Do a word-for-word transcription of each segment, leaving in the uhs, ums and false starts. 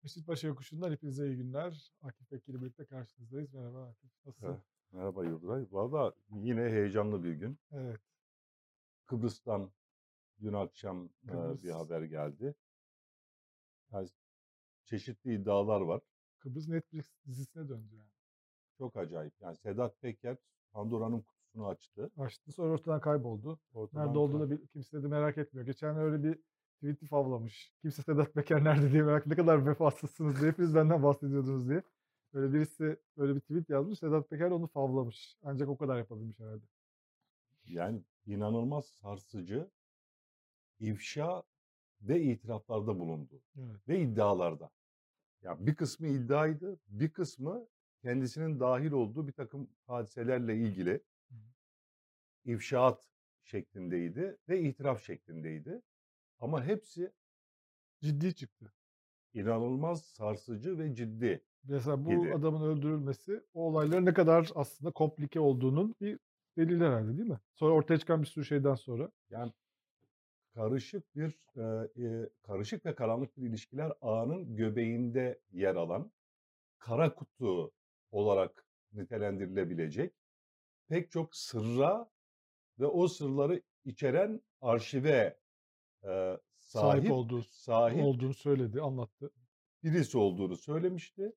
Beşiktaş Yokuşu'ndan hepinize iyi günler. Akif Bekir'le birlikte karşınızdayız. Merhaba Akif, Eh, nasılsın? Merhaba Yıldıray. Valla yine heyecanlı bir gün. Evet, Kıbrıs'tan dün akşam e, bir Kıbrıs, haber geldi. Yani çeşitli iddialar var. Kıbrıs Netflix dizisine döndü yani. Çok acayip. Yani Sedat Peker Pandora'nın kutusunu açtı. Açtı, sonra ortadan kayboldu. Nerede Ortadan olduğunu kay- bil- kimse de merak etmiyor. Geçen öyle bir tweet'i favlamış. Kimse Sedat Peker nerede diye merak, ne kadar vefasızsınız diye, hepiniz benden bahsediyordunuz diye. Böyle birisi böyle bir tweet yazmış. Sedat Peker onu favlamış. Ancak o kadar yapabilmiş herhalde. Yani inanılmaz sarsıcı ifşa ve itiraflarda bulundu. Evet. Ve iddialarda. Ya bir kısmı iddiaydı, bir kısmı kendisinin dahil olduğu bir takım hadiselerle ilgili Hı. ifşaat şeklindeydi ve itiraf şeklindeydi. Ama hepsi Ciddi çıktı. inanılmaz sarsıcı ve ciddi Mesela bu idi. adamın öldürülmesi o olayların ne kadar aslında komplike olduğunun bir delili herhâlde, değil mi? Sonra ortaya çıkan bir sürü şeyden sonra. Yani karışık bir e, e, karışık ve karanlık bir ilişkiler ağının göbeğinde yer alan kara kutu olarak nitelendirilebilecek pek çok sırra ve o sırları içeren arşive e, Sahip sahip olduğu sahip olduğunu söyledi, anlattı. birisi olduğunu söylemişti.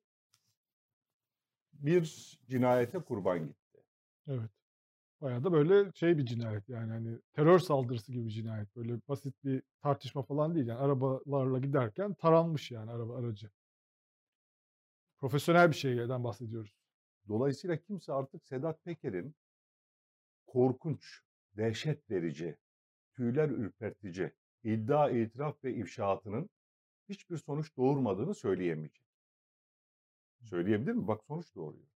Bir cinayete kurban gitti. Evet. Bayağı da böyle şey bir cinayet, yani, hani, terör saldırısı gibi bir cinayet. Böyle basit bir tartışma falan değil, yani, arabalarla giderken taranmış, yani, araba aracı. Profesyonel bir şeyden bahsediyoruz. Dolayısıyla kimse artık Sedat Peker'in korkunç, dehşet verici, tüyler ürpertici, iddia, itiraf ve ifşaatının hiçbir sonuç doğurmadığını söyleyemeyecek. Söyleyebilir mi? Bak sonuç doğuruyor.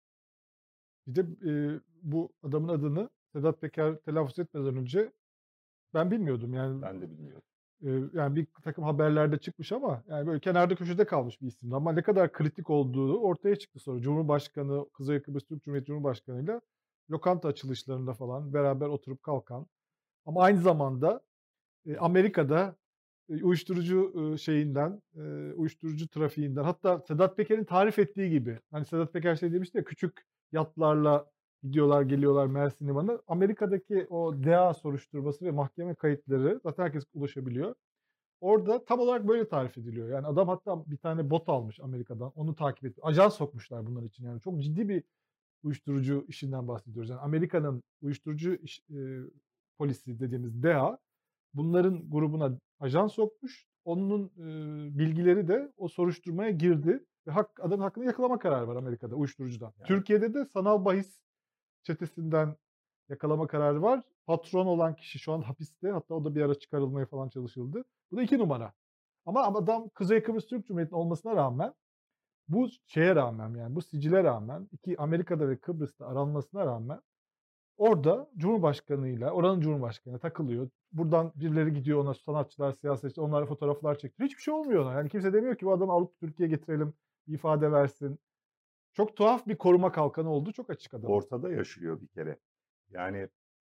Bir de, eee, bu adamın adını Sedat Peker telaffuz etmeden önce ben bilmiyordum, yani. Ben de bilmiyorum. Eee, yani, bir takım haberlerde çıkmış ama, yani, böyle kenarda köşede kalmış bir isimdi ama ne kadar kritik olduğu ortaya çıktı sonra. Cumhurbaşkanı, Kuzey Kıbrıs Türk Cumhuriyeti Cumhurbaşkanı'yla lokanta açılışlarında falan beraber oturup kalkan ama aynı zamanda, eee, Amerika'da, eee, uyuşturucu, ııı, şeyinden, eee, uyuşturucu trafiğinden, hatta Sedat Peker'in tarif ettiği gibi, hani, Sedat Peker şey demişti ya, küçük yatlarla gidiyorlar, geliyorlar Mersin limanına. Amerika'daki o D E A soruşturması ve mahkeme kayıtları zaten herkes ulaşabiliyor. Orada tam olarak böyle tarif ediliyor. Yani adam hatta bir tane bot almış Amerika'dan. Onu takip et Ajan sokmuşlar bunlar için yani. Çok ciddi bir uyuşturucu işinden bahsediyoruz. Yani Amerika'nın uyuşturucu iş, eee, polisi dediğimiz D E A bunların grubuna ajan sokmuş. Onun, eee, bilgileri de o soruşturmaya girdi ve hak adamın hakkında yakalama kararı var Amerika'da uyuşturucudan. Yani Türkiye'de de sanal bahis çetesinden yakalama kararı var. Patron olan kişi şu an hapiste. Hatta o da bir ara çıkarılmaya falan çalışıldı. Bu da iki numara. Ama adam Kuzey Kıbrıs Türk Cumhuriyeti'nin olmasına rağmen, bu şeye rağmen, yani bu sicile rağmen, iki Amerika'da ve Kıbrıs'ta aranmasına rağmen orada Cumhurbaşkanıyla, oranın Cumhurbaşkanı takılıyor. Buradan birileri gidiyor ona, sanatçılar, siyasetçiler, onlarla fotoğraflar çektiriyor. Hiçbir şey olmuyor ona. Yani kimse demiyor ki bu adamı alıp Türkiye'ye getirelim, bir ifade versin. Çok tuhaf bir koruma kalkanı olduğu çok açık adamın. ortada yaşıyor bir kere. Yani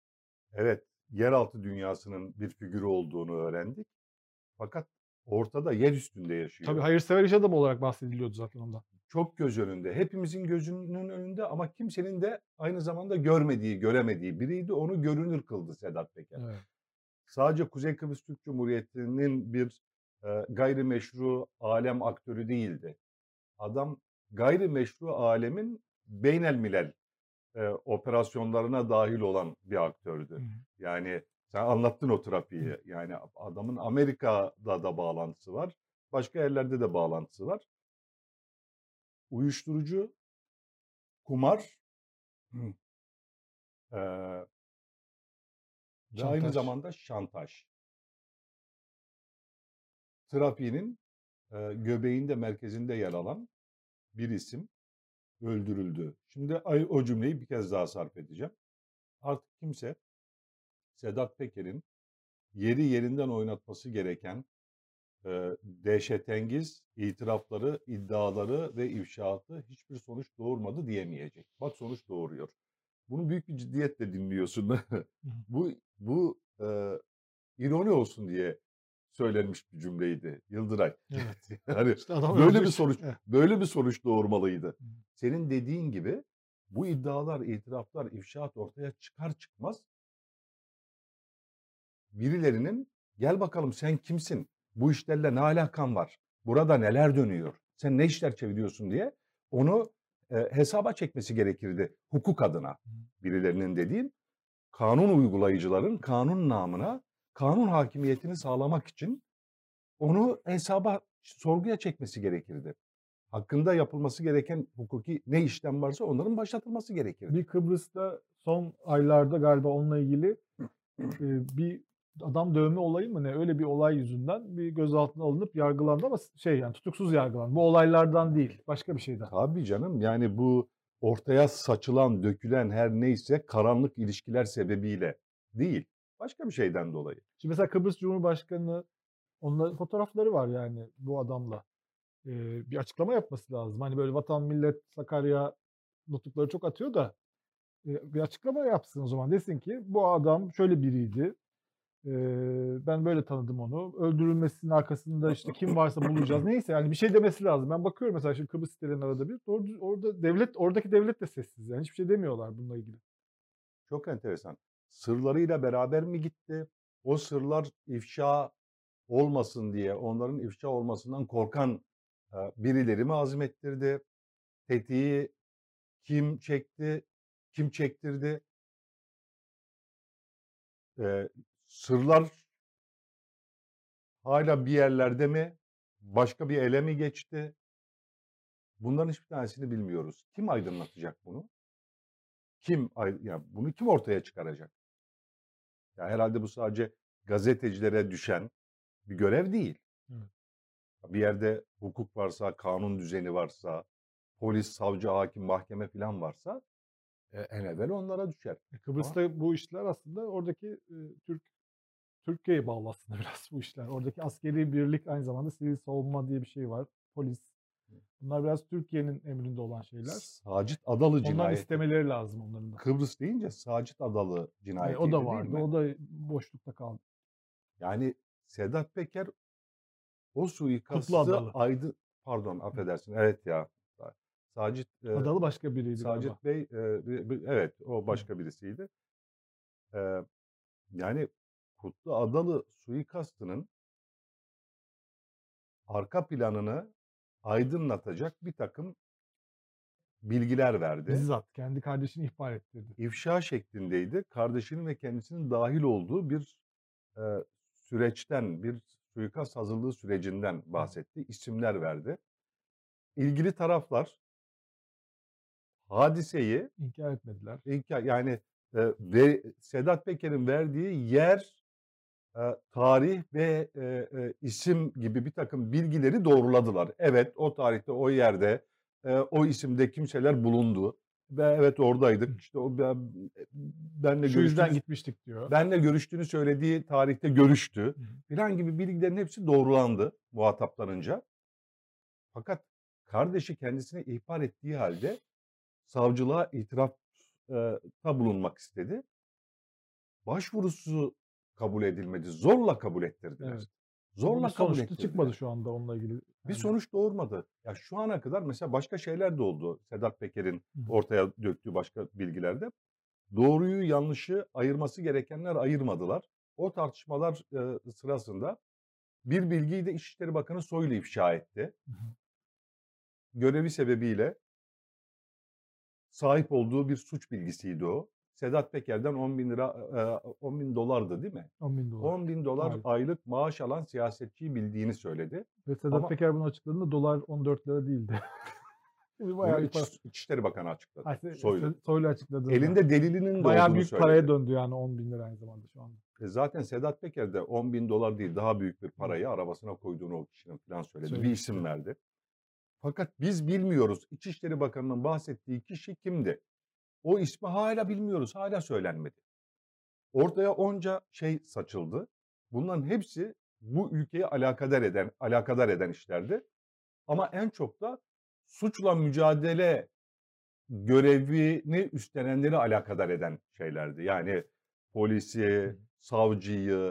evet, yeraltı dünyasının bir figürü olduğunu öğrendik. Fakat ortada, yer üstünde Tabii yaşıyor. hayırsever iş adamı olarak bahsediliyordu zaten ondan. Çok göz önünde. Hepimizin gözünün önünde ama kimsenin de aynı zamanda görmediği, göremediği biriydi. Onu görünür kıldı Sedat Peker. Evet. Sadece Kuzey Kıbrıs Türk Cumhuriyeti'nin bir e, gayrimeşru alem aktörü değildi. Adam gayrimeşru alemin beynelmilel e, operasyonlarına dahil olan bir Hı aktördü. hı. Yani sen anlattın o Hı. trafiği. Yani adamın Amerika'da da bağlantısı var. Başka yerlerde de bağlantısı var. Uyuşturucu, kumar e, ve aynı Şantaj. zamanda şantaj. Trafiğinin e, göbeğinde, merkezinde yer alan bir isim öldürüldü. Şimdi o cümleyi bir kez daha sarf edeceğim. Artık kimse Sedat Peker'in yeri yerinden oynatması gereken e, dehşetengiz itirafları, iddiaları ve ifşaatı hiçbir sonuç doğurmadı diyemeyecek. Bak sonuç doğuruyor. Bunu büyük bir ciddiyetle dinliyorsun. Hı hı. bu bu e, ironi olsun diye söylenmiş bir cümleydi Yıldıray. Evet. Yani İşte adam böyle bir ölmüş. sonuç Evet. böyle bir sonuç doğurmalıydı. Hı. Senin dediğin gibi bu iddialar, itiraflar, ifşaat ortaya çıkar çıkmaz birilerinin gel bakalım sen kimsin? Bu işlerle ne alakan var? Burada neler dönüyor? Sen ne işler çeviriyorsun diye onu e, hesaba çekmesi gerekirdi hukuk adına. Hı. Birilerinin dediğim kanun uygulayıcıların kanun namına kanun hakimiyetini sağlamak için onu hesaba, sorguya çekmesi gerekirdi. Hakkında yapılması gereken hukuki ne işlem varsa onların başlatılması gerekirdi. Bir Kıbrıs'ta son aylarda galiba onunla ilgili e, bir adam dövme olayı mı ne öyle bir olay yüzünden bir gözaltına alınıp yargılandı ama şey yani tutuksuz yargılandı. Bu olaylardan değil, başka bir şeyden. Tabii canım, yani bu ortaya saçılan, dökülen her neyse karanlık ilişkiler sebebiyle değil, başka bir şeyden dolayı. Şimdi mesela Kıbrıs Cumhurbaşkanı, onların fotoğrafları var yani bu adamla. Ee, bir açıklama yapması lazım. Hani böyle Vatan Millet Sakarya nutukları çok atıyor da e, bir açıklama yapsın o zaman. Desin ki bu adam şöyle biriydi. Ee, ben böyle tanıdım onu. Öldürülmesinin arkasında işte kim varsa bulacağız. Neyse yani bir şey demesi lazım. Ben bakıyorum mesela şimdi Kıbrıs sitelerinin arada bir. Orada, orada devlet, oradaki devlet de sessiz. Yani hiçbir şey demiyorlar bununla ilgili. Çok enteresan. Sırlarıyla beraber mi gitti? O sırlar ifşa olmasın diye, onların ifşa olmasından korkan e, birileri mi azmettirdi? Tetiği kim çekti? Kim çektirdi? E, sırlar hala bir yerlerde mi? Başka bir ele mi geçti? Bunların hiçbir tanesini bilmiyoruz. Kim aydınlatacak bunu? Kim ay ya bunu kim ortaya çıkaracak? Ya herhalde bu sadece gazetecilere düşen bir görev değil. Evet. Bir yerde hukuk varsa, kanun düzeni varsa, polis, savcı, hakim, mahkeme falan varsa e, en evvel onlara düşer. E, Ama Kıbrıs'ta bu işler aslında oradaki e, Türk Türkiye'ye bağlı aslında biraz bu işler. Oradaki askeri birlik aynı zamanda sivil savunma diye bir şey var. Polis. Bunlar biraz Türkiye'nin emrinde olan şeyler. Sacit Adalı Onların cinayeti. istemeleri lazım onların da. Kıbrıs deyince Sacit Adalı Yani cinayetiydi o da değil vardı. mi? O da boşlukta kaldı. Yani Sedat Peker o Kutlu suikastı Adalı. aydı pardon affedersin evet ya Sacit e, Adalı başka biriydi galiba. Sacit Bey e, bir- bir- evet o başka birisiydi. E, yani Kutlu Adalı suikastının arka planını aydınlatacak bir takım bilgiler verdi. Bizzat kendi kardeşini ihbar ettirdi. İfşa şeklindeydi. Kardeşinin ve kendisinin dahil olduğu bir e, süreçten, bir suikast hazırlığı sürecinden bahsetti. İsimler verdi. İlgili taraflar hadiseyi İnkar etmediler. inkar yani e, ve Sedat Peker'in verdiği yer, e, tarih ve e, e, isim gibi bir takım bilgileri doğruladılar. Evet, o tarihte, o yerde, e, o isimde kimseler bulundu ve evet oradaydık. İşte o ben, benle Şu yüzden görüştüğünü, gitmiştik diyor. benle görüştüğünü söylediği tarihte görüştü. Hı hı. Filan gibi bilgilerin hepsi doğrulandı muhataplarınca. Fakat kardeşi kendisine ihbar ettiği halde savcılığa itirafta bulunmak istedi. Başvurusu kabul edilmedi. Zorla kabul ettirdiler. Evet. Zorla Bir kabul sonuçta ettirdiler. çıkmadı şu anda onunla ilgili. Bir Yani. sonuç doğurmadı. Ya şu ana kadar mesela başka şeyler de oldu. Sedat Peker'in Hı hı. ortaya döktüğü başka bilgilerde. Doğruyu yanlışı ayırması gerekenler ayırmadılar. O tartışmalar e, sırasında bir bilgiyi de İçişleri Bakanı Soylu ifşa etti. Hı hı. Görevi sebebiyle sahip olduğu bir suç bilgisiydi o. Sedat Peker'den on bin lira, on bin dolardı değil mi? on bin dolar. on bin dolar Aylık. aylık maaş alan siyasetçiyi bildiğini söyledi. Ve Sedat Ama Peker bunu açıkladığında dolar on dört lira değildi. bunu Bayağı bir İç, para. İçişleri Bakanı açıkladı. Ay, se- Soylu. se- Soylu açıkladığında. Elinde delilinin de Bayağı olduğunu büyük söyledi. paraya döndü yani on bin lira aynı zamanda şu anda. E zaten Sedat Peker de on bin dolar değil daha büyük bir parayı arabasına koyduğunu o kişinin falan söyledi. Bir Söylemişti. isim verdi. Fakat biz bilmiyoruz. İçişleri Bakanı'nın bahsettiği kişi kimdi? O ismi hala bilmiyoruz. Hala söylenmedi. Ortaya onca şey saçıldı. Bunların hepsi bu ülkeyi alakadar eden, alakadar eden işlerdi. Ama en çok da suçla mücadele görevini üstlenenleri alakadar eden şeylerdi. Yani polisi, savcıyı,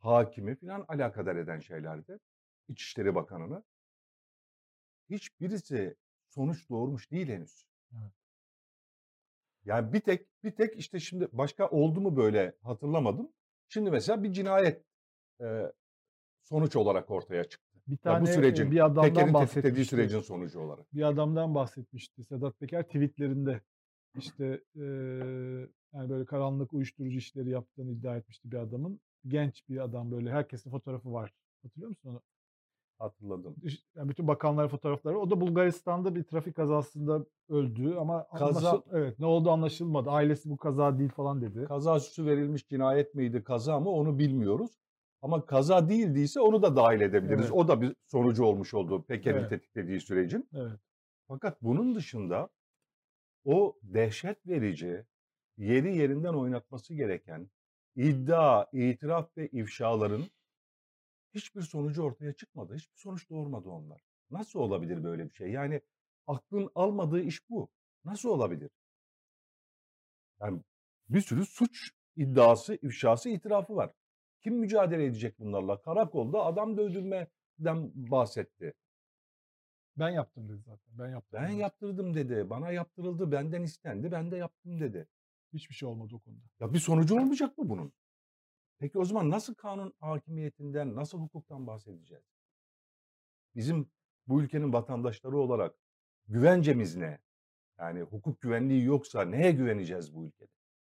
hakimi filan alakadar eden şeylerdi. İçişleri Bakanı'nı. Hiçbirisi sonuç doğurmuş değil henüz. Evet. Yani bir tek bir tek işte şimdi başka oldu mu böyle hatırlamadım. Şimdi mesela bir cinayet e, sonuç olarak ortaya çıktı. Bir Ya bu tane e, sürecin bir adamdan Peker'in tetiklediği bahsetmişti. sürecin sonucu olarak. Bir adamdan bahsetmişti Sedat Peker tweetlerinde. İşte e, yani böyle karanlık uyuşturucu işleri yaptığını iddia etmişti bir adamın. Genç bir adam böyle herkesin fotoğrafı var. Hatırlıyor musun onu? Hatırladım. Dış- Yani bütün bakanlar fotoğrafları. O da Bulgaristan'da bir trafik kazasında öldü ama anlaşıl Kaza evet ne oldu anlaşılmadı. Ailesi bu kaza değil falan dedi. kaza süsü verilmiş cinayet miydi, kaza mı onu bilmiyoruz. Ama kaza değildiyse onu da dahil edebiliriz. Evet, O da bir sonucu olmuş oldu Peker'in evet, tetiklediği sürecin. evet. Fakat bunun dışında o dehşet verici, yeri yerinden oynatması gereken iddia, itiraf ve ifşaların hiçbir sonucu ortaya çıkmadı. Hiçbir sonuç doğurmadı onlar. Nasıl olabilir böyle bir şey? Yani aklın almadığı iş bu. Nasıl olabilir? Yani bir sürü suç iddiası, ifşası, itirafı var. Kim mücadele edecek bunlarla? Karakolda adam dövdürmeden bahsetti. Ben yaptım dedi zaten. Ben Ben yaptım dedi. yaptırdım dedi. Bana yaptırıldı, benden istendi, ben de yaptım dedi. Hiçbir şey olmadı o konuda. Ya bir sonucu olmayacak mı bunun? Peki o zaman nasıl kanun hakimiyetinden, nasıl hukuktan bahsedeceğiz? Bizim bu ülkenin vatandaşları olarak güvencemiz ne? Yani hukuk güvenliği yoksa neye güveneceğiz bu ülkede?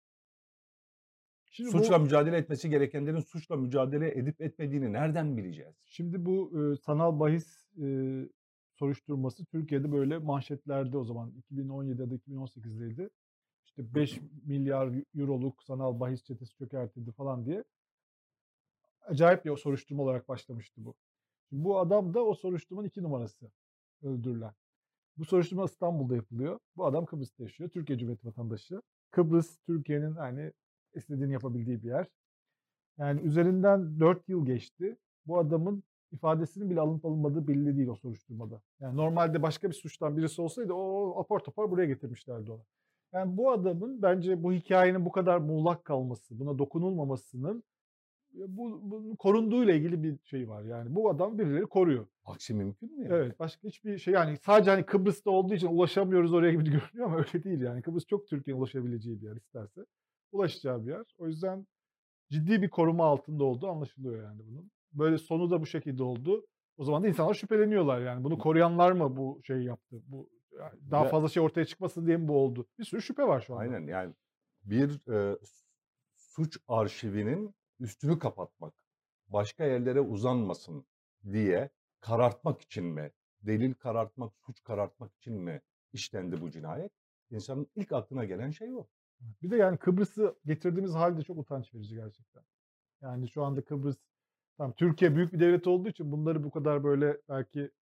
Şimdi Suçla bu mücadele etmesi gerekenlerin suçla mücadele edip etmediğini nereden bileceğiz? Şimdi bu e, sanal bahis e, soruşturması Türkiye'de böyle manşetlerde o zaman iki bin on yedi ya da iki bin on sekizdeydi. İşte beş milyar euroluk sanal bahis çetesi çökertildi falan diye acayip bir soruşturma olarak başlamıştı bu. Şimdi bu adam da o soruşturmanın iki numarası öldürülen. Bu soruşturma İstanbul'da yapılıyor. Bu adam Kıbrıs'ta yaşıyor. Türkiye Cumhuriyeti vatandaşı. Kıbrıs Türkiye'nin hani istediğini yapabildiği bir yer. Yani üzerinden dört yıl geçti. Bu adamın ifadesinin bile alınıp alınmadığı belli değil o soruşturmada. Yani normalde başka bir suçtan birisi olsaydı o apar topar buraya getirmişlerdi onu. Yani bu adamın bence bu hikayenin bu kadar muğlak kalması, buna dokunulmamasının bu, bunun korunduğuyla ilgili bir şey var. Yani bu adam birileri koruyor. Aksi mümkün mü yani? Evet, başka hiçbir şey yani sadece hani Kıbrıs'ta olduğu için ulaşamıyoruz oraya gibi görünüyor ama öyle değil yani. Kıbrıs çok Türkiye'nin ulaşabileceği bir yer isterse. Ulaşacağı bir yer. O yüzden ciddi bir koruma altında olduğu anlaşılıyor yani bunun. Böyle sonu da bu şekilde oldu. O zaman da insanlar şüpheleniyorlar yani. Bunu koruyanlar mı bu şeyi yaptı? Bu yani daha Ve fazla şey ortaya çıkmasın diye mi bu oldu? Bir sürü şüphe var şu anda. aynen yani bir e, suç arşivinin üstünü kapatmak, başka yerlere uzanmasın diye karartmak için mi, delil karartmak, suç karartmak için mi işlendi bu cinayet? İnsanın ilk aklına gelen şey o. Bir de yani Kıbrıs'ı getirdiğimiz hal de çok utanç verici gerçekten. Yani şu anda Kıbrıs tam Türkiye büyük bir devlet olduğu için bunları bu kadar böyle belki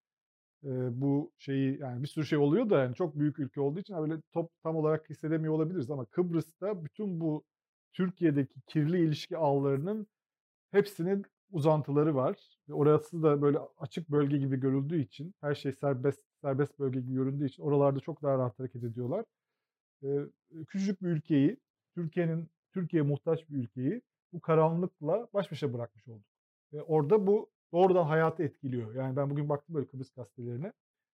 e, bu şeyi yani bir sürü şey oluyor da yani çok büyük ülke olduğu için böyle top tam olarak hissedemiyor olabiliriz ama Kıbrıs'ta bütün bu Türkiye'deki kirli ilişki ağlarının hepsinin uzantıları var. Ve orası da böyle açık bölge gibi görüldüğü için her şey serbest serbest bölge gibi göründüğü için oralarda çok daha rahat hareket ediyorlar. Ee, Küçücük bir ülkeyi, Türkiye'nin Türkiye muhtaç bir ülkeyi bu karanlıkla baş başa bırakmış olduk. Ve orada bu doğrudan hayatı etkiliyor. Yani ben bugün baktım böyle Kıbrıs gazetelerine.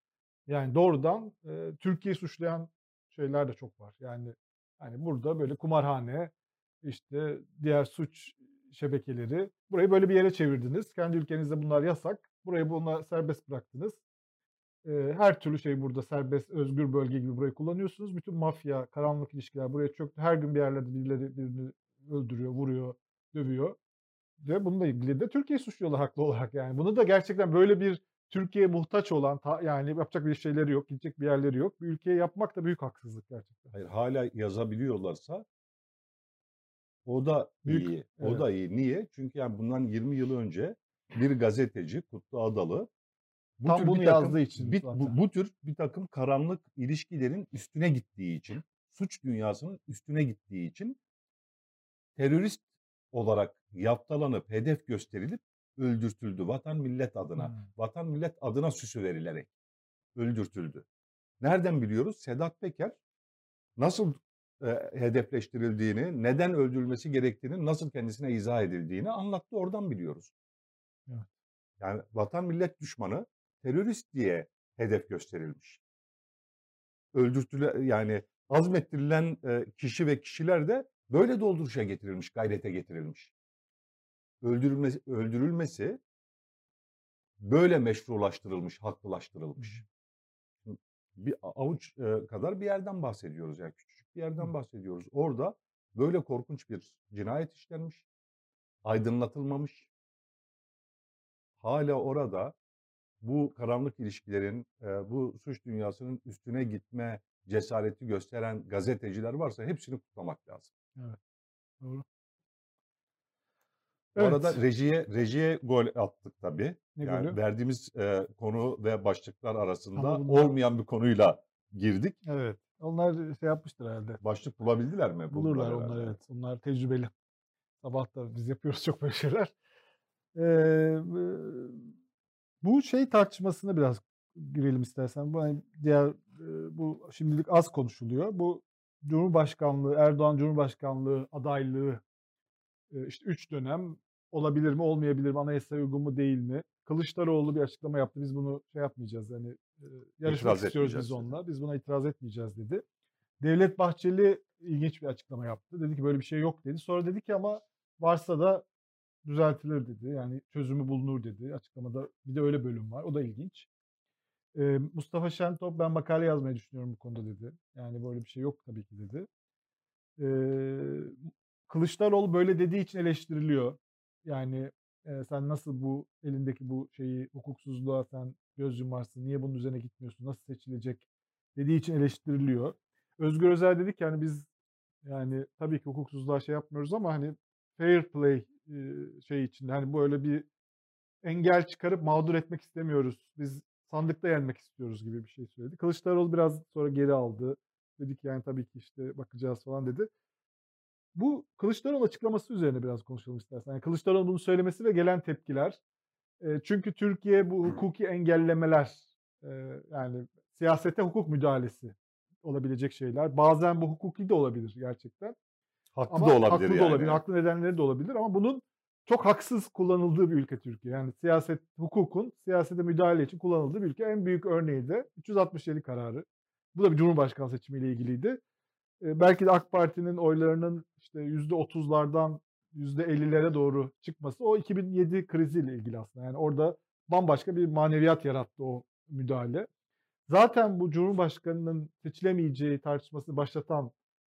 Yani doğrudan e, Türkiye'yi suçlayan şeyler de çok var. Yani hani burada böyle kumarhane, işte diğer suç şebekeleri burayı böyle bir yere çevirdiniz. Kendi ülkenizde bunlar yasak. Burayı buna serbest bıraktınız. Eee, her türlü şey burada serbest, özgür bölge gibi burayı kullanıyorsunuz. Bütün mafya, karanlık ilişkiler buraya çöktü. Her gün bir yerlerde birileri birini öldürüyor, vuruyor, dövüyor. Ve bununla ilgili de Türkiye'yi suçluyorlar haklı olarak yani. Bunu da gerçekten böyle bir Türkiye'ye muhtaç olan, ta, yani yapacak bir şeyleri yok, gidecek bir yerleri yok. Bir ülkeye yapmak da büyük haksızlık gerçekten. Hayır, hala yazabiliyorlarsa o da Büyük, iyi. O evet. da iyi. Niye? Çünkü yani bundan yirmi yıl önce bir gazeteci Kutlu Adalı bu Tam tür bunu bir takım yazdığı için bir, zaten. bu, bu tür bir takım karanlık ilişkilerin üstüne gittiği için, suç dünyasının üstüne gittiği için terörist olarak yaftalanıp hedef gösterilip öldürtüldü vatan millet adına. Hmm. Vatan millet adına süsü verilerek öldürtüldü. Nereden biliyoruz? Sedat Peker nasıl eee, hedefleştirildiğini, neden öldürülmesi gerektiğini, nasıl kendisine izah edildiğini anlattı. Oradan biliyoruz. Evet. Yani vatan millet düşmanı, terörist diye hedef gösterilmiş. Öldürtüle yani azmettirilen, eee, kişi ve kişiler de böyle dolduruşa getirilmiş, gayrete getirilmiş. Öldürülmesi öldürülmesi böyle meşrulaştırılmış, Hı hı. haklılaştırılmış. Hı, bir a avuç, eee, kadar bir yerden bahsediyoruz, yani küçücük bir Hı. yerden bahsediyoruz. Orada böyle korkunç bir cinayet işlenmiş, aydınlatılmamış. Hâlâ orada bu karanlık ilişkilerin, eee, bu suç dünyasının üstüne gitme cesareti gösteren gazeteciler varsa hepsini kutlamak lazım. Evet, doğru. Bu arada Evet. rejiye rejiye gol attık tabii. Ne Yani golü? verdiğimiz, eee, konu ve başlıklar Ama arasında bunlar olmayan bir konuyla girdik. evet. Onlar şey yapmıştır herhâlde. Başlık bulabildiler mi? Buldular Bulurlar onlar, herhâlde, evet. evet. Onlar tecrübeli. Sabah da biz yapıyoruz çok böyle şeyler. Eee, bı bu şey tartışmasına biraz girelim istersen. Bu, hani, diğer, eee, bu şimdilik az konuşuluyor. Bu Cumhurbaşkanlığı, Erdoğan Cumhurbaşkanlığı adaylığı, eee, işte üç dönem olabilir mi, olmayabilir mi, anayasaya uygun mu, değil mi? Kılıçdaroğlu bir açıklama yaptı. Biz bunu şey yapmayacağız, hani, eee, yarışmak İtiraz istiyoruz biz etmeyeceğiz dedi. onunla. Biz buna itiraz etmeyeceğiz dedi. Devlet Bahçeli ilginç bir açıklama yaptı. Dedi ki böyle bir şey yok dedi. Sonra dedi ki ama varsa da düzeltilir dedi. Yani çözümü bulunur dedi. Açıklamada bir de öyle bölüm var. O da ilginç. Eee, Mustafa Şentop ben makale yazmayı düşünüyorum bu konuda dedi. Yani böyle bir şey yok tabii ki dedi. Eee, Kılıçdaroğlu böyle dediği için eleştiriliyor. Yani, eee, sen nasıl bu elindeki bu şeyi hukuksuzluğa sen göz yumarsın, niye bunun üzerine gitmiyorsun, nasıl seçilecek dediği için eleştiriliyor. Özgür Özel dedi ki hani biz yani tabii ki hukuksuzluğa şey yapmıyoruz ama hani fair play eee, şey içinde hani böyle bir engel çıkarıp mağdur etmek istemiyoruz. Biz sandıkta yenmek istiyoruz gibi bir şey söyledi. Kılıçdaroğlu biraz sonra geri aldı. Dedi ki yani tabii ki işte bakacağız falan dedi. Bu Kılıçdaroğlu açıklaması üzerine biraz konuşalım istersen. Yani Kılıçdaroğlu bunu söylemesi ve gelen tepkiler. Eee, çünkü Türkiye bu hukuki engellemeler, eee, yani siyasete hukuk müdahalesi olabilecek şeyler. Bazen bu hukuki de olabilir gerçekten. Haklı da Ama olabilir haklı da yani, olabilir, evet. haklı nedenleri de olabilir ama bunun çok haksız kullanıldığı bir ülke Türkiye. Yani siyaset, hukukun siyasete müdahale için kullanıldığı bir ülke. En büyük örneği de üç yüz altmış yedi kararı. Bu da bir cumhurbaşkanı seçimiyle ilgiliydi. Eee, belki de AK Parti'nin oylarının işte yüzde otuzlardan yüzde ellilere doğru çıkması o iki bin yedi kriziyle ilgili aslında. Yani orada bambaşka bir maneviyat yarattı o müdahale. Zaten bu cumhurbaşkanının seçilemeyeceği tartışmasını başlatan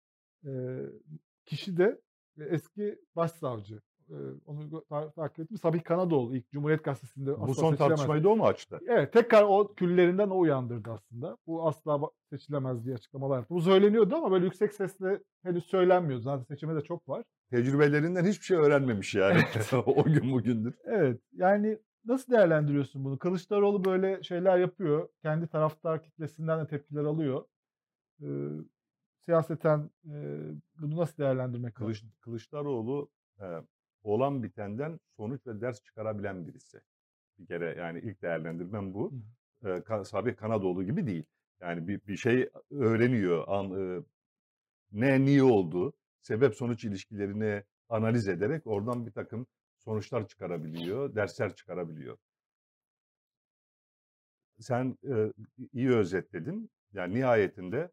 Eee, kişi de eski başsavcı. Eee, onu ta takip ettim. Sabih Kanadoğlu ilk Cumhuriyet Gazetesi'nde Bu asla son seçilemez. tartışmayı da o mu açtı? Evet, tekrar o küllerinden o uyandırdı aslında. Bu asla ba seçilemez diye açıklamalar yaptı. Bu söyleniyordu ama böyle yüksek sesle henüz söylenmiyordu. Zaten seçime de çok var. Tecrübelerinden hiçbir şey öğrenmemiş yani Evet. o gün bugündür. Evet. Yani nasıl değerlendiriyorsun bunu? Kılıçdaroğlu böyle şeyler yapıyor. Kendi taraftar kitlesinden de tepkiler alıyor. Eee, siyaseten, eee, bunu nasıl değerlendirmek Kılıç lazım? Kılıçdaroğlu, eee, olan bitenden sonuç ve ders çıkarabilen birisi. Bir kere yani ilk değerlendirmem Hı bu. hı. Eee, ka Sabih Kanadoğlu gibi değil. Yani bir bir şey öğreniyor, an eee, ne, niye oldu, sebep sonuç ilişkilerini analiz ederek oradan birtakım sonuçlar çıkarabiliyor, dersler çıkarabiliyor. Sen, eee, iyi özetledin. Yani nihayetinde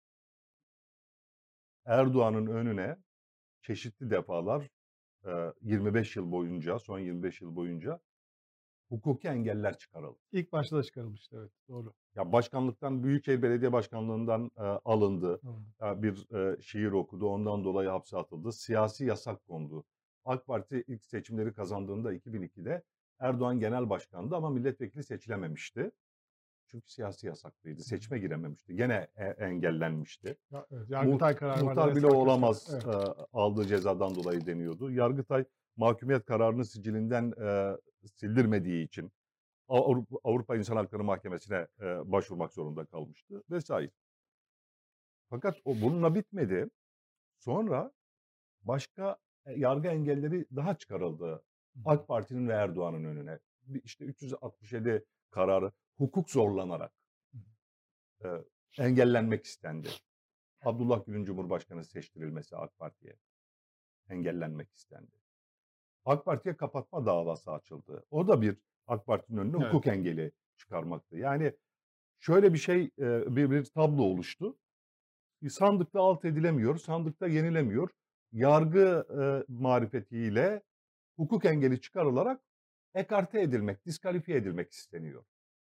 Erdoğan'ın önüne çeşitli defalar, eee, yirmi beş yıl boyunca, son yirmi beş yıl boyunca hukuki engeller çıkarıldı. İlk başta da çıkarılmıştı, evet, doğru. Ya, başkanlıktan, Büyükşehir Belediye Başkanlığından, eee, alındı. Doğru. Eee, bir, eee, şiir okudu, ondan dolayı hapse atıldı. Siyasi yasak kondu. AK Parti ilk seçimleri kazandığında iki bin ikide Erdoğan genel başkandı ama milletvekili seçilememişti. Çünkü siyasi yasaklıydı. Hı hı. Seçime girememişti. Gene e engellenmişti. Ya, evet, Muht Yargıtay kararı vardı muhtar bile vesaire vesaire. olamaz, Evet. eee, aldığı cezadan dolayı deniyordu. Yargıtay mahkumiyet kararını sicilinden, eee, sildirmediği için Avrupa Avrupa İnsan Hakları Mahkemesi'ne, eee, başvurmak zorunda kalmıştı vesaire. Fakat o bununla bitmedi. Sonra başka, eee, yargı engelleri daha çıkarıldı Hı hı. AK Parti'nin ve Erdoğan'ın önüne. Bir, işte, üç yüz altmış yedi kararı hukuk zorlanarak, Hı hı. eee, engellenmek istendi. Abdullah Gül'ün Cumhurbaşkanı seçtirilmesi AK Parti'ye engellenmek istendi. AK Parti'ye kapatma davası açıldı. O da bir AK Parti'nin önüne Evet. hukuk engeli çıkarmaktı. Yani şöyle bir şey, e, bir, bir tablo oluştu. Sandıkta alt edilemiyor, sandıkta yenilemiyor. Yargı e, marifetiyle hukuk engeli çıkarılarak ekarte edilmek, diskalifiye edilmek isteniyor.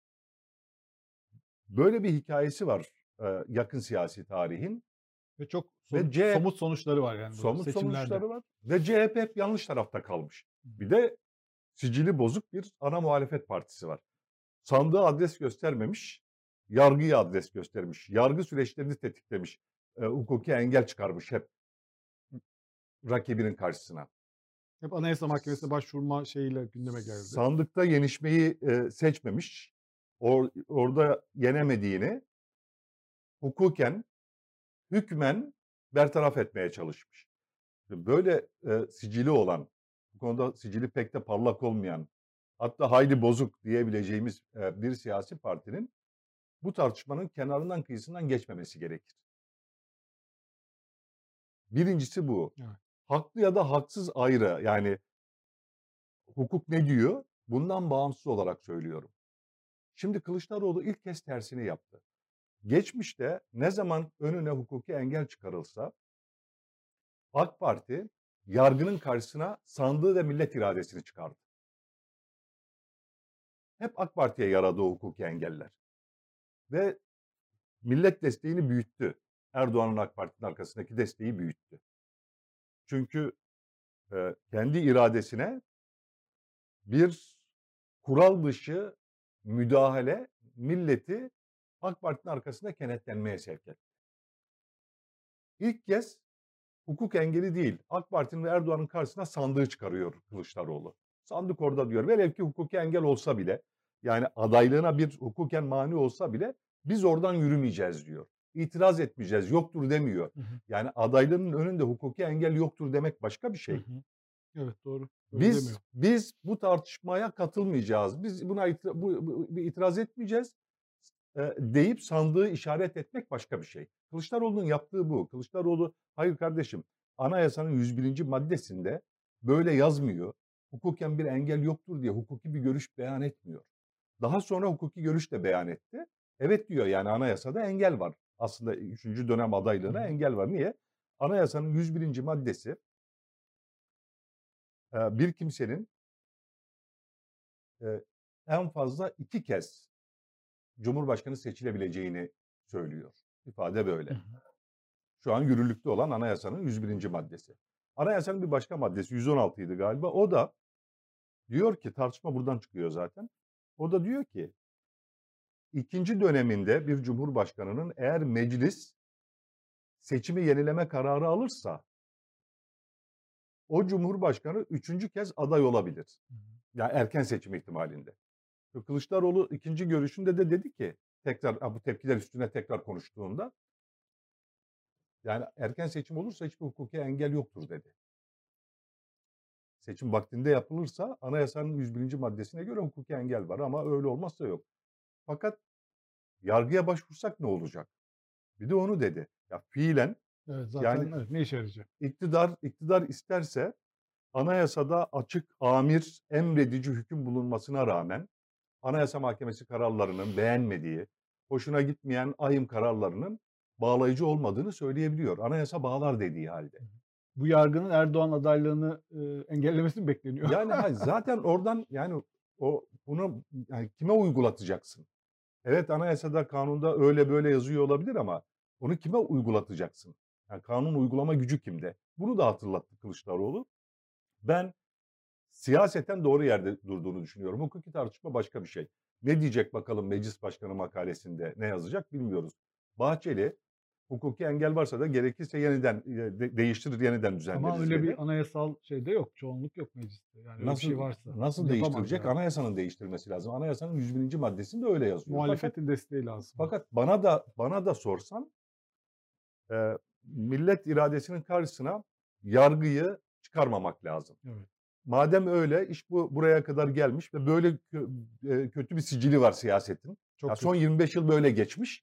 Böyle bir hikayesi var e, yakın siyasi tarihin. Ve çok Ve son- C somut sonuçları var yani bu somut seçimlerde. sonuçları var. Ve C H P hep yanlış tarafta kalmış. Bir de sicili bozuk bir ana muhalefet partisi var. Sandığı adres göstermemiş, yargıya adres göstermiş. Yargı süreçlerini tetiklemiş. E, hukuki engel çıkarmış hep rakibinin karşısına. Hep Anayasa Mahkemesi'ne başvurma şeyiyle gündeme geldi. Sandıkta yenişmeyi e, seçmemiş. Or, orada yenemediğini hukuken, hükmen bertaraf etmeye çalışmış. Böyle e, sicili olan, bu konuda sicili pek de parlak olmayan, hatta hayli bozuk diyebileceğimiz e, bir siyasi partinin bu tartışmanın kenarından kıyısından geçmemesi gerekir. Birincisi bu. Evet. Haklı ya da haksız ayrı. Yani hukuk ne diyor? Bundan bağımsız olarak söylüyorum. Şimdi Kılıçdaroğlu ilk kez tersini yaptı. Geçmişte ne zaman önüne hukuki engel çıkarılsa AK Parti yargının karşısına sandığı ve millet iradesini çıkardı. Hep AK Parti'ye yaradı o hukuki engeller. Ve millet desteğini büyüttü. Erdoğan'ın AK Parti'nin arkasındaki desteği büyüttü. Çünkü e, kendi iradesine bir kural dışı müdahale milleti AK Parti'nin arkasında kenetlenmeye sevk etti. İlk kez hukuk engeli değil, AK Parti'nin ve Erdoğan'ın karşısına sandığı çıkarıyor Kılıçdaroğlu. Sandık orada diyor. Velev ki hukuki engel olsa bile, yani adaylığına bir hukuken mani olsa bile biz oradan yürümeyeceğiz diyor. İtiraz etmeyeceğiz, yoktur demiyor. Hı hı. Yani adaylığının önünde hukuki engel yoktur demek başka bir şey. Hı hı. Evet doğru. Öyle Biz demiyor. biz bu tartışmaya katılmayacağız. Biz buna itira- bu, bu- bir itiraz etmeyeceğiz e, deyip sandığı işaret etmek başka bir şey. Kılıçdaroğlu'nun yaptığı bu. Kılıçdaroğlu hayır kardeşim anayasanın yüz birinci maddesinde böyle yazmıyor. Hukuken bir engel yoktur diye hukuki bir görüş beyan etmiyor. Daha sonra hukuki görüş de beyan etti. Evet diyor yani anayasada engel var. Aslında üçüncü dönem adaylığına Hı hı. engel var. Niye? Anayasanın yüz birinci maddesi e, bir kimsenin e, en fazla iki kez Cumhurbaşkanı seçilebileceğini söylüyor. İfade Hı böyle. hı. Şu an yürürlükte olan anayasanın yüz birinci maddesi. Anayasanın bir başka maddesi yüz on altı idi galiba. O da diyor ki tartışma buradan çıkıyor zaten. O da diyor ki ikinci döneminde bir cumhurbaşkanının eğer meclis seçimi yenileme kararı alırsa o cumhurbaşkanı üçüncü kez aday olabilir. Hı hı. Yani erken seçim ihtimalinde. Kılıçdaroğlu ikinci görüşünde de dedi ki tekrar bu tepkiler üstüne tekrar konuştuğunda yani erken seçim olursa hiçbir hukuki engel yoktur dedi. Seçim vaktinde yapılırsa anayasanın yüz birinci maddesine göre hukuki engel var ama öyle olmazsa yok. Fakat yargıya başvursak ne olacak? Bir de onu dedi. Ya fiilen Evet zaten yani evet, ne işe yarayacak? iktidar iktidar isterse anayasada açık, amir, emredici hüküm bulunmasına rağmen Anayasa Mahkemesi kararlarının beğenmediği, hoşuna gitmeyen ahim kararlarının bağlayıcı olmadığını söyleyebiliyor. Anayasa bağlar dediği halde. Bu yargının Erdoğan adaylığını e, engellemesi mi bekleniyor? Yani hayır, zaten oradan yani o bunu yani kime uygulatacaksın? Evet anayasada, kanunda öyle böyle yazıyor olabilir ama onu kime uygulatacaksın? Yani kanun uygulama gücü kimde? Bunu da hatırlattı Kılıçdaroğlu. Ben siyaseten doğru yerde durduğunu düşünüyorum. Hukuki tartışma başka bir şey. Ne diyecek bakalım meclis başkanı makalesinde ne yazacak bilmiyoruz. Bahçeli hukuki engel varsa da gerekirse yeniden e, de- değiştirir, yeniden Ama düzenleriz öyle dedi. bir anayasal şeyde yok. Çoğunluk yok mecliste. Yani öyle bir Nasıl şey varsa. nasıl Onu yapamaz değiştirecek? yani. Anayasanın değiştirmesi lazım. Anayasanın yüz birinci maddesinde öyle yazıyor. Fakat Muhalefetin desteği lazım. fakat bana da bana da sorsan e, millet iradesinin karşısına yargıyı çıkarmamak lazım. Evet. Madem öyle iş bu buraya kadar gelmiş ve böyle kö- e, kötü bir sicili var siyasetin. Çok Ya son kötü. yirmi beş yıl böyle geçmiş.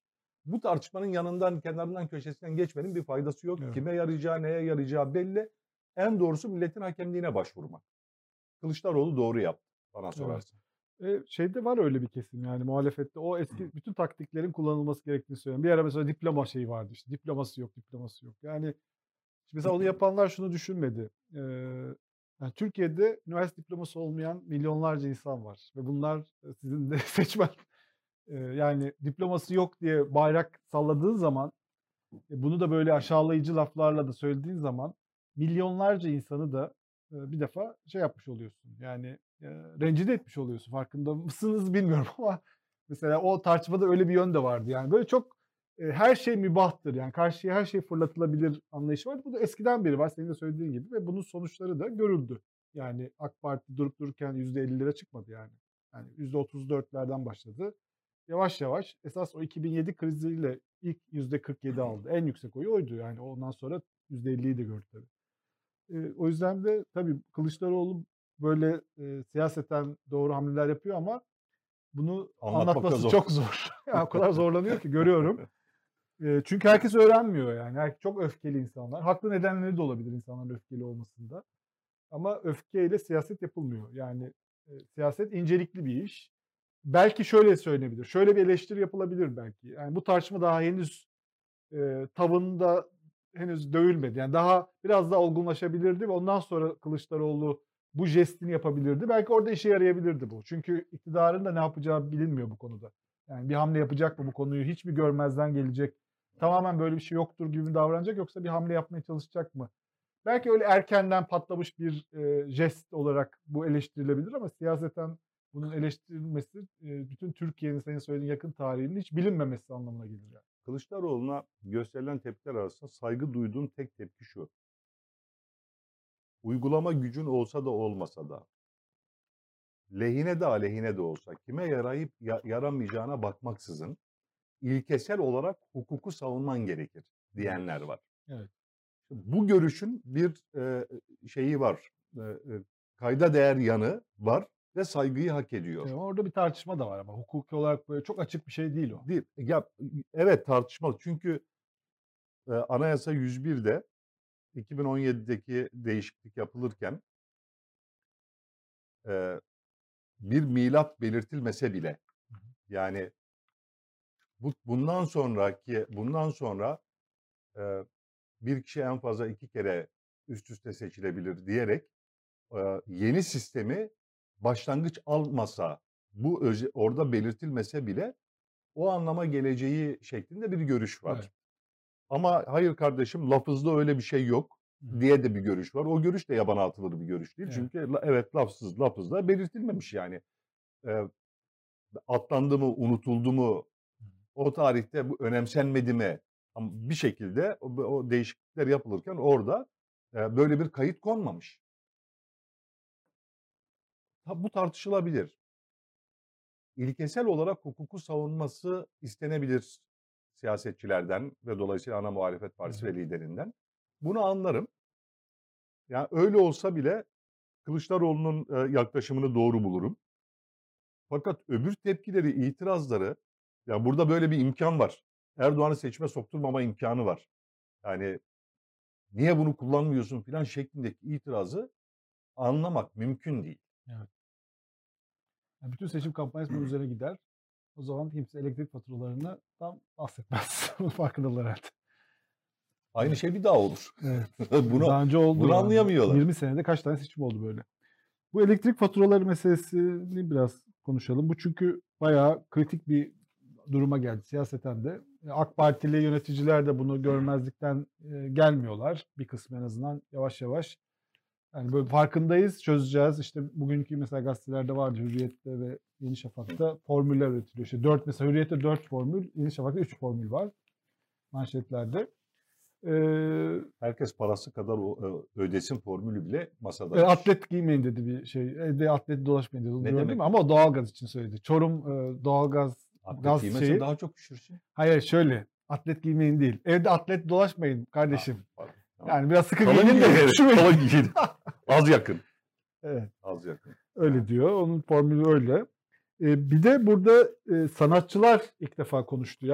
Bu tartışmanın yanından, kenarından, köşesinden geçmenin bir faydası yok. Evet. Kime yarayacağı, neye yarayacağı belli. En doğrusu milletin hakemliğine başvurmak. Kılıçdaroğlu doğru yaptı bana Evet. sorarsan. Eee, şeyde var öyle bir kesim yani muhalefette o eski bütün taktiklerin kullanılması gerektiğini söylüyorum. Bir ara mesela diploma şeyi vardı işte diploması yok, diploması yok. Yani mesela onu yapanlar şunu düşünmedi. Eee, yani Türkiye'de üniversite diploması olmayan milyonlarca insan var ve bunlar e, sizin de seçmen eee, yani diploması yok diye bayrak salladığın zaman e, bunu da böyle aşağılayıcı laflarla da söylediğin zaman milyonlarca insanı da e, bir defa şey yapmış oluyorsun. Yani e, rencide etmiş oluyorsun. Farkında mısınız bilmiyorum ama mesela o tartışmada öyle bir yön de vardı. Yani böyle çok e, her şey mübahtır. Yani karşıya her şey fırlatılabilir anlayışı vardı. Bu da eskiden beri var senin de söylediğin gibi ve bunun sonuçları da görüldü. Yani AK Parti durup dururken yüzde ellilere çıkmadı yani. Yani yüzde otuz dörtlerden başladı. Yavaş yavaş esas o iki bin yedi kriziyle ilk yüzde kırk yedi aldı. En yüksek oyu oydu yani. Ondan sonra yüzde elliyi de gördü tabii. Eee, o yüzden de tabii Kılıçdaroğlu böyle, eee, siyaseten doğru hamleler yapıyor ama bunu Anlatmakta anlatması zor. çok zor. Yani o kadar zorlanıyor ki görüyorum. Eee, çünkü herkes öğrenmiyor yani. Her çok öfkeli insanlar. Haklı nedenleri de olabilir insanların öfkeli olmasında. Ama öfkeyle siyaset yapılmıyor. Yani, eee, siyaset incelikli bir iş. Belki şöyle söylenebilir, şöyle bir eleştiri yapılabilir belki. Yani bu tartışma daha henüz, eee, tavanında henüz dövülmedi. Yani daha biraz daha olgunlaşabilirdi ve ondan sonra Kılıçdaroğlu bu jestini yapabilirdi. Belki orada işe yarayabilirdi bu. Çünkü iktidarın da ne yapacağı bilinmiyor bu konuda. Yani bir hamle yapacak mı bu konuyu hiç mi görmezden gelecek, tamamen böyle bir şey yoktur gibi mi davranacak yoksa bir hamle yapmaya çalışacak mı? Belki öyle erkenden patlamış bir, eee, jest olarak bu eleştirilebilir ama siyaseten bunun eleştirilmesi, eee, bütün Türkiye'nin senin söylediğin yakın tarihinin hiç bilinmemesi anlamına gelir yani. Kılıçdaroğlu'na gösterilen tepkiler arasında saygı duyduğum tek tepki şu. Uygulama gücün olsa da olmasa da, lehine de aleyhine de olsa, kime yarayıp ya- yaramayacağına bakmaksızın ilkesel olarak hukuku savunman gerekir Evet. diyenler var. Evet. Bu görüşün bir e, şeyi var, e, e, kayda değer yanı var ve saygıyı hak ediyor. Eee, orada bir tartışma da var ama hukuki olarak böyle çok açık bir şey değil o. Değil. Ya, evet tartışmalı çünkü e, Anayasa yüz birde iki bin on yedideki değişiklik yapılırken e, bir milat belirtilmese bile Hı hı. yani bu bundan sonraki bundan sonra e, bir kişi en fazla iki kere üst üste seçilebilir diyerek e, yeni sistemi başlangıç almasa bu öze, orada belirtilmese bile o anlama geleceği şeklinde bir görüş var. Evet. Ama hayır kardeşim lafızda öyle bir şey yok Hı hı. diye de bir görüş var. O görüş de yabana atılır bir görüş değil. Evet. Çünkü la- evet lafsız lafızda belirtilmemiş yani. E, atlandı mı, unutuldu mu, Hı hı. o tarihte bu önemsenmedi mi? Ama bir şekilde o, o değişiklikler yapılırken orada e, böyle bir kayıt konmamış. Ha, bu tartışılabilir. İlkesel olarak hukuku savunması istenebilir siyasetçilerden ve dolayısıyla ana muhalefet Hı partisi hı. ve liderinden. Bunu anlarım. Yani öyle olsa bile Kılıçdaroğlu'nun e, yaklaşımını doğru bulurum. Fakat öbür tepkileri, itirazları, ya burada böyle bir imkan var. Erdoğan'ı seçime sokturmama imkanı var. Yani niye bunu kullanmıyorsun filan şeklindeki itirazı anlamak mümkün değil. Evet. Yani bütün seçim kampanyası bunun üzerine gider. O zaman kimse elektrik faturalarını tam bahsetmez. Bunun farkındalar herhâlde. Aynı Evet. şey bir daha olur. Evet. Bunu Daha önce oldu bunu yani. anlayamıyorlar. yirmi senede kaç tane seçim oldu böyle. Bu elektrik faturaları meselesini biraz konuşalım. Bu çünkü bayağı kritik bir duruma geldi siyaseten de. E, AK Partili yöneticiler de bunu görmezlikten e, gelmiyorlar. Bir kısmı en azından yavaş yavaş. Yani böyle farkındayız, çözeceğiz. İşte bugünkü mesela gazetelerde vardı Hürriyet'te ve Yeni Şafak'ta formüller üretiliyor. İşte dört mesela Hürriyet'te dört formül, Yeni Şafak'ta üç formül var manşetlerde. Ee, Herkes parası kadar o, e, ödesin formülü bile e, masadaymış. atlet giymeyin dedi bir şey. Evde atlet dolaşmayın dedi. Onu Ne gördüm demek? ama o doğalgaz için söyledi. Çorum e, doğalgaz Atlet gaz giymezsen şeyi. daha çok üşürsün. Hayır şöyle. Atlet giymeyin değil. Evde atlet dolaşmayın Ha, kardeşim. pardon. Tamam. Yani biraz sıkı Kalın giyinin de giyin. üşümeyin. Kalın giyin. Az yakın. Evet. Az yakın. Öyle Ha. diyor. Onun formülü öyle. Eee, bir de burada, eee, sanatçılar ilk defa konuştu. Yani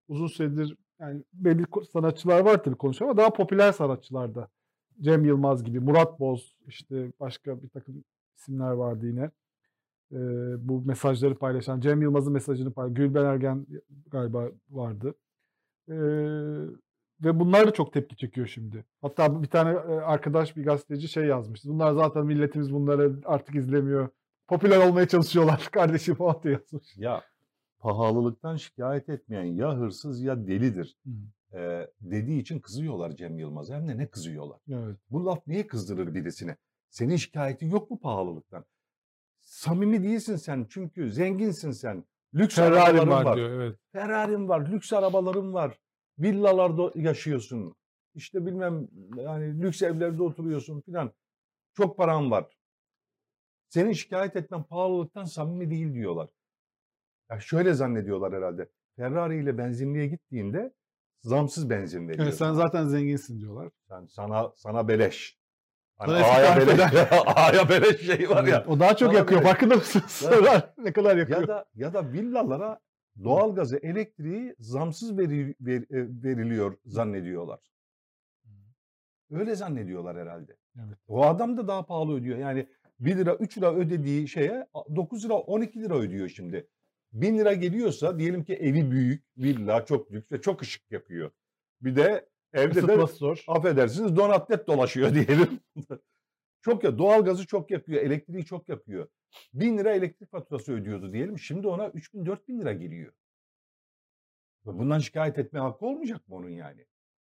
uzun süredir yani belli ko sanatçılar var tabii konuşan ama daha popüler sanatçılar da. Cem Yılmaz gibi, Murat Boz, işte başka birtakım isimler vardı yine. Eee, bu mesajları paylaşan, Cem Yılmaz'ın mesajını pay Gülben Ergen galiba vardı. Eee, ve bunlar da çok tepki çekiyor şimdi. Hatta bir tane, eee, arkadaş, bir gazeteci şey yazmıştı. "Bunlar zaten milletimiz bunları artık izlemiyor. Popüler olmaya çalışıyorlar kardeşim." falan diye yazmış. Ya pahalılıktan şikayet etmeyen ya hırsız ya delidir Hı. eee, dediği için kızıyorlar Cem Yılmaz'a. Hem de ne kızıyorlar. Evet. Bu laf niye kızdırır birisini? Senin şikayetin yok mu pahalılıktan? Samimi değilsin sen çünkü zenginsin sen. Lüks Ferrari'm arabaların var var. diyor, evet. Ferrari'm var, lüks arabaların var. Villalarda yaşıyorsun. İşte bilmem yani lüks evlerde oturuyorsun filan. Çok paran var. Senin şikayet etmen pahalılıktan samimi değil diyorlar. Ya şöyle zannediyorlar herhalde. Ferrari ile benzinliğe gittiğinde zamsız benzin veriyor Evet, sen sana. zaten zenginsin diyorlar. Yani sana sana beleş. Hani Sana eski A'ya tarif beleş, eder. A'ya beleş şey var ya. Evet, o daha çok Sana yakıyor. beleş. Farkında mısınız? Ya, Ferrari ne kadar ya yakıyor. da ya da villalara doğalgazı, elektriği zamsız veri, ver- e, veriliyor zannediyorlar. Öyle zannediyorlar herhalde. Evet. O adam da daha pahalı ödüyor. Yani bir lira üç lira ödediği şeye dokuz lira on iki lira ödüyor şimdi. bin lira geliyorsa diyelim ki evi büyük, villa çok lüks ve çok ışık yakıyor. Bir de evde de Isıtması zor. affedersiniz donatlet dolaşıyor diyelim. Çok ya doğalgazı çok yakıyor, elektriği çok yakıyor. bin lira elektrik faturası ödüyordu diyelim. Şimdi ona üç bin dört bin lira geliyor. Bundan şikayet etme hakkı olmayacak mı onun yani?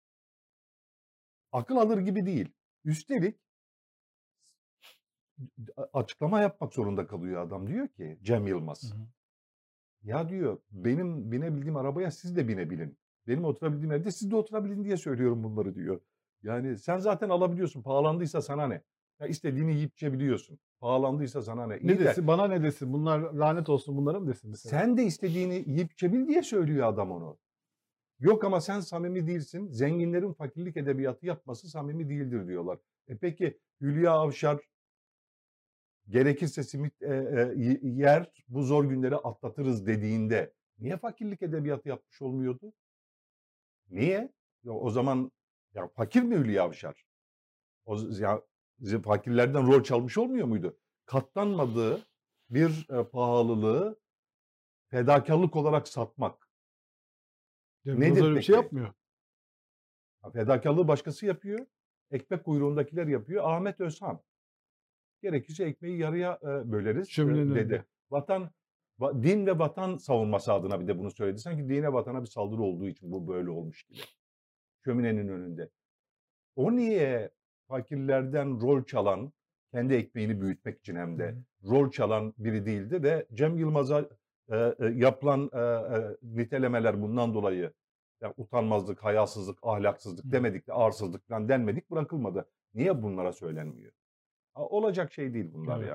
Akıl alır gibi değil. Üstelik açıklama yapmak zorunda kalıyor adam. Diyor ki Cem Hı Yılmaz. hı. Ya diyor benim binebildiğim arabaya siz de binebilin. Benim oturabildiğim evde siz de oturabilin diye söylüyorum bunları diyor. Yani sen zaten alabiliyorsun. Pahalandıysa sana ne? Ya istediğini yiyip içebiliyorsun. Pahalandıysa sana ne? Ne İyi de desin? Bana ne desin? Bunlar lanet olsun bunlara mı desin mesela? sen de istediğini yiyip içebil diye söylüyor adam onu. Yok ama sen samimi değilsin. Zenginlerin fakirlik edebiyatı yapması samimi değildir diyorlar. E peki Hülya Avşar gerekirse simit e, e, yer bu zor günleri atlatırız dediğinde niye fakirlik edebiyatı yapmış olmuyordu? Niye? Ya o zaman ya fakir mi Hülya Avşar? O ya fakirlerden rol çalmış olmuyor muydu? Katlanmadığı bir e, pahalılığı fedakarlık olarak satmak. Cem Yılmaz Nedir öyle bir şey peki? yapmıyor. Ha, fedakarlığı başkası yapıyor. Ekmek kuyruğundakiler yapıyor. Ahmet Özhan. Gerekirse ekmeği yarıya e, böleriz e, Şöminenin önünde. dedi. Vatan, va- din ve vatan savunması adına bir de bunu söyledi. Sanki dine vatana bir saldırı olduğu için bu böyle olmuş gibi. Şöminenin önünde. O niye fakirlerden rol çalan, kendi ekmeğini büyütmek için hem Hı de hı. rol çalan biri değildi ve Cem Yılmaz'a e, e, yapılan e, e, nitelemeler bundan dolayı ya, utanmazlık, hayasızlık, Hı ahlaksızlık hı. demedik de arsızlık falan denmedik bırakılmadı. Niye bunlara söylenmiyor? Ha, olacak şey değil bunlar Evet. ya.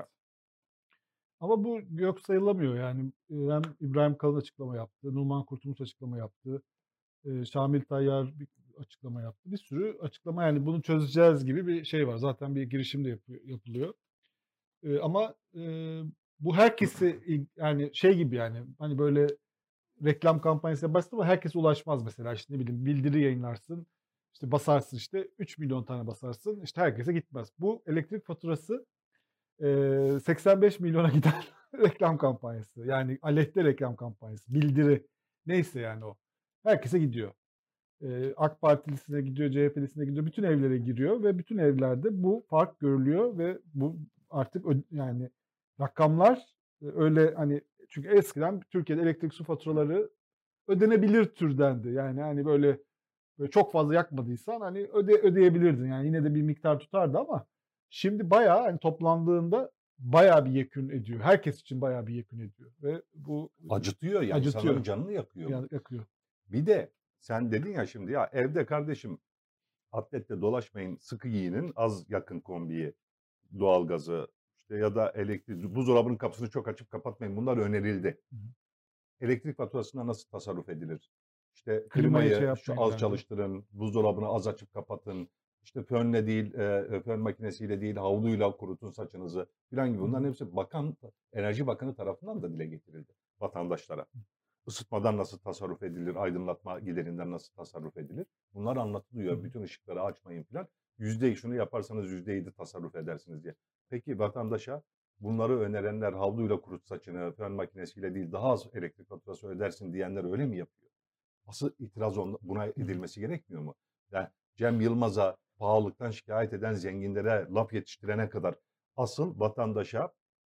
Ama bu yok sayılamıyor yani. Eee, hem İbrahim Kalın açıklama yaptı, Numan Kurtulmuş açıklama yaptı, eee, Şamil Tayyar bir açıklama yaptı. Bir sürü açıklama yani bunu çözeceğiz gibi bir şey var. Zaten bir girişim de yapıyor yapılıyor. Eee, ama, eee, bu herkesi il yani şey gibi yani, hani, böyle reklam kampanyası yaparsın ama herkese ulaşmaz mesela. İşte, ne bileyim, bildiri yayınlarsın, işte, basarsın, işte, üç milyon tane basarsın, işte, herkese gitmez. Bu elektrik faturası, eee, seksen beş milyona giden reklam kampanyası. Yani aleyhte reklam kampanyası, bildiri, neyse yani o. Herkese gidiyor. Eee, AK Partilisine gidiyor, C H P'lisine gidiyor, bütün evlere giriyor ve bütün evlerde bu fark görülüyor ve bu artık ö yani rakamlar, eee, öyle, hani, çünkü eskiden Türkiye'de elektrik, su faturaları ödenebilir türdendi. Yani, hani, böyle, böyle çok fazla yakmadıysan, hani, öde ödeyebilirdin. Yani yine de bir miktar tutardı ama şimdi bayağı, hani, toplandığında bayağı bir yekün ediyor. Herkes için bayağı bir yekün ediyor ve bu, ııı, Acıtıyor ya insanların acıtıyor, canını yakıyor ya bu. yakıyor. Bir de sen dedin ya şimdi ya evde kardeşim atletle dolaşmayın sıkı giyinin az yakın kombiyi doğalgazı işte ya da elektrik buzdolabının kapısını çok açıp kapatmayın bunlar önerildi. Hı hı. Elektrik faturasında nasıl tasarruf edilir? İşte Klimayı şey klimayı şu yapmayın az dendi. çalıştırın, buzdolabını az açıp kapatın. İşte fönle değil, e, fön makinesiyle değil, havluyla kurutun saçınızı filan gibi. Hı Bunların hı. hepsi bakan, Enerji Bakanı tarafından da dile getirildi vatandaşlara. Isıtmadan nasıl tasarruf edilir, aydınlatma giderinden nasıl tasarruf edilir? Bunlar Hı anlatılıyor. hı. Bütün ışıkları açmayın filan. Yüzde şunu yaparsanız yüzde yedi tasarruf edersiniz diye. Peki vatandaşa bunları önerenler havluyla kurut saçını, fön makinesiyle değil daha az elektrik faturası ödersin diyenler öyle mi yapıyor? Asıl itiraz on- buna Hı hı. edilmesi gerekmiyor mu? Yani Cem Yılmaz'a pahalılıktan şikayet eden zenginlere laf yetiştirene kadar asıl vatandaşa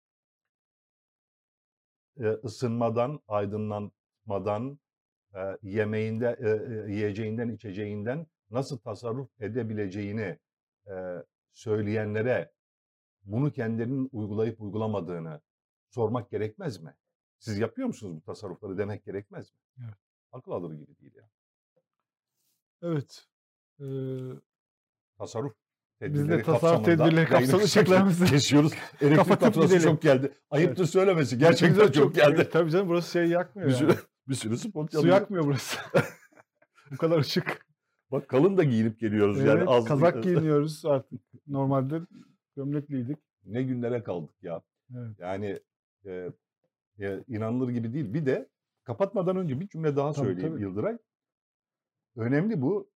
e, ısınmadan, aydınlanmadan, e, yemeğinde, e, e, yiyeceğinden, içeceğinden nasıl tasarruf edebileceğini e, söyleyenlere bunu kendilerinin uygulayıp uygulamadığını sormak gerekmez mi? Siz yapıyor musunuz bu tasarrufları demek gerekmez mi? Evet. Akıl alır gibi değil ya. Evet. Eee, Tasarruf biz de tedbirleri tasarruf kapsamında tedbirleri yayını kapsamında kısa ke- ışıklarımızı kesiyoruz. Elektrik kapatıp faturası gidelim. çok geldi. Evet. Ayıptır söylemesi. Biz Gerçekten de çok çok e, geldi. tabii canım burası şey yakmıyor Bir yani. sürü, bir sürü spot Su yanıyor. yakmıyor burası. Bu kadar ışık. Bak kalın da giyinip geliyoruz yani Evet, az kazak giyiniyoruz artık. Normalde gömlekliydik. ne günlere kaldık ya. Evet. Yani e, e, inanılır gibi değil. Bir de kapatmadan önce bir cümle daha Tabii söyleyeyim tabii. Yıldıray. Önemli bu.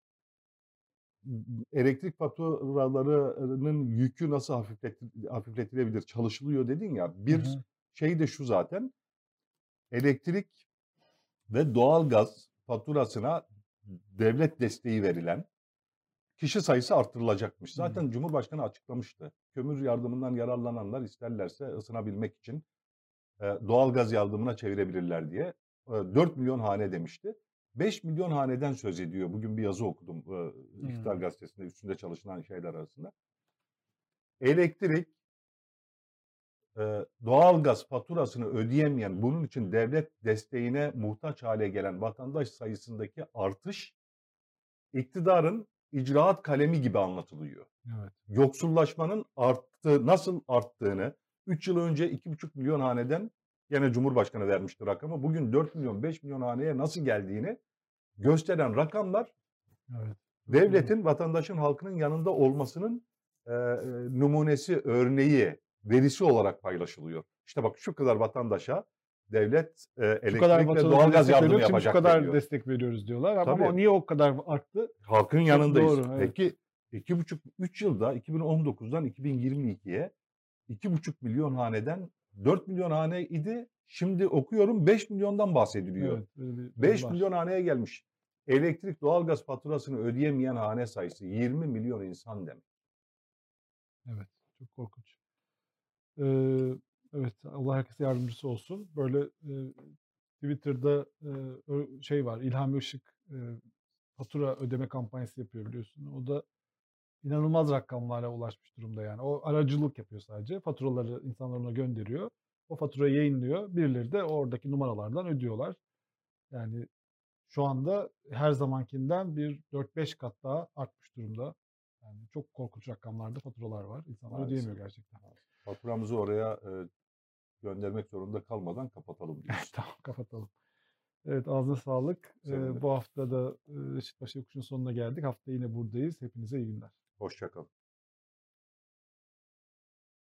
Elektrik faturalarının yükü nasıl hafiflet- hafifletilebilir, çalışılıyor dedin ya. Hı Bir hı. şey de şu zaten. Elektrik ve doğalgaz faturasına devlet desteği verilen kişi sayısı artırılacakmış. Hı hı. Zaten Cumhurbaşkanı açıklamıştı. Kömür yardımından yararlananlar isterlerse ısınabilmek için e, doğalgaz yardımına çevirebilirler diye. E, dört milyon hane demişti. beş milyon haneden söz ediyor. Bugün bir yazı okudum e, İktidar Hımm. Gazetesi'nde üstünde çalışılan şeyler arasında. Elektrik, e, doğalgaz faturasını ödeyemeyen, bunun için devlet desteğine muhtaç hale gelen vatandaş sayısındaki artış iktidarın icraat kalemi gibi anlatılıyor. Evet. Yoksullaşmanın arttığı, nasıl arttığını üç yıl önce iki buçuk milyon haneden gene Cumhurbaşkanı vermişti rakamı. Bugün dört milyon beş milyon haneye nasıl geldiğini gösteren rakamlar Evet. Çok ilginç. devletin vatandaşın halkının yanında olmasının e, e, numunesi, örneği, verisi olarak paylaşılıyor. İşte bak şu kadar vatandaşa devlet e, Şu kadar elektrik ve vatandaşa doğalgaz destek yardımı veriyoruz, şimdi şu yapacak kadar deniyor. destek veriyoruz diyorlar. Ama ama Tabii. niye o kadar arttı? Halkın Çok yanındayız. doğru, evet. Peki iki buçuk üç yılda iki bin on dokuzdan iki bin yirmi ikiye iki buçuk milyon haneden dört milyon hane idi. Şimdi okuyorum beş milyondan bahsediliyor. Evet, öyle bir durum beş var. milyon haneye gelmiş. Elektrik, doğalgaz faturasını ödeyemeyen hane sayısı yirmi milyon insan demek. Evet, çok korkunç. Eee, evet, Allah herkese yardımcısı olsun. Böyle, eee, Twitter'da, eee, ö şey var, İlhami Işık, eee, fatura ödeme kampanyası yapıyor biliyorsun. O da inanılmaz rakamlara ulaşmış durumda yani. O aracılık yapıyor sadece. Faturaları insanlar ona gönderiyor. O faturayı yayınlıyor. Birileri de oradaki numaralardan ödüyorlar. Yani şu anda her zamankinden bir dört beş kat daha artmış durumda. Yani çok korkunç rakamlarda faturalar var. İnsanlar Maalesef. ödeyemiyor gerçekten. Faturamızı oraya e, göndermek zorunda kalmadan kapatalım diyoruz. Tamam, kapatalım. Evet, ağzına sağlık. Senin Eee, de. bu hafta da, eee, Reşit Paşa Yokuşu'nun sonuna geldik. Haftaya yine buradayız. Hepinize iyi günler. Hoşça kalın.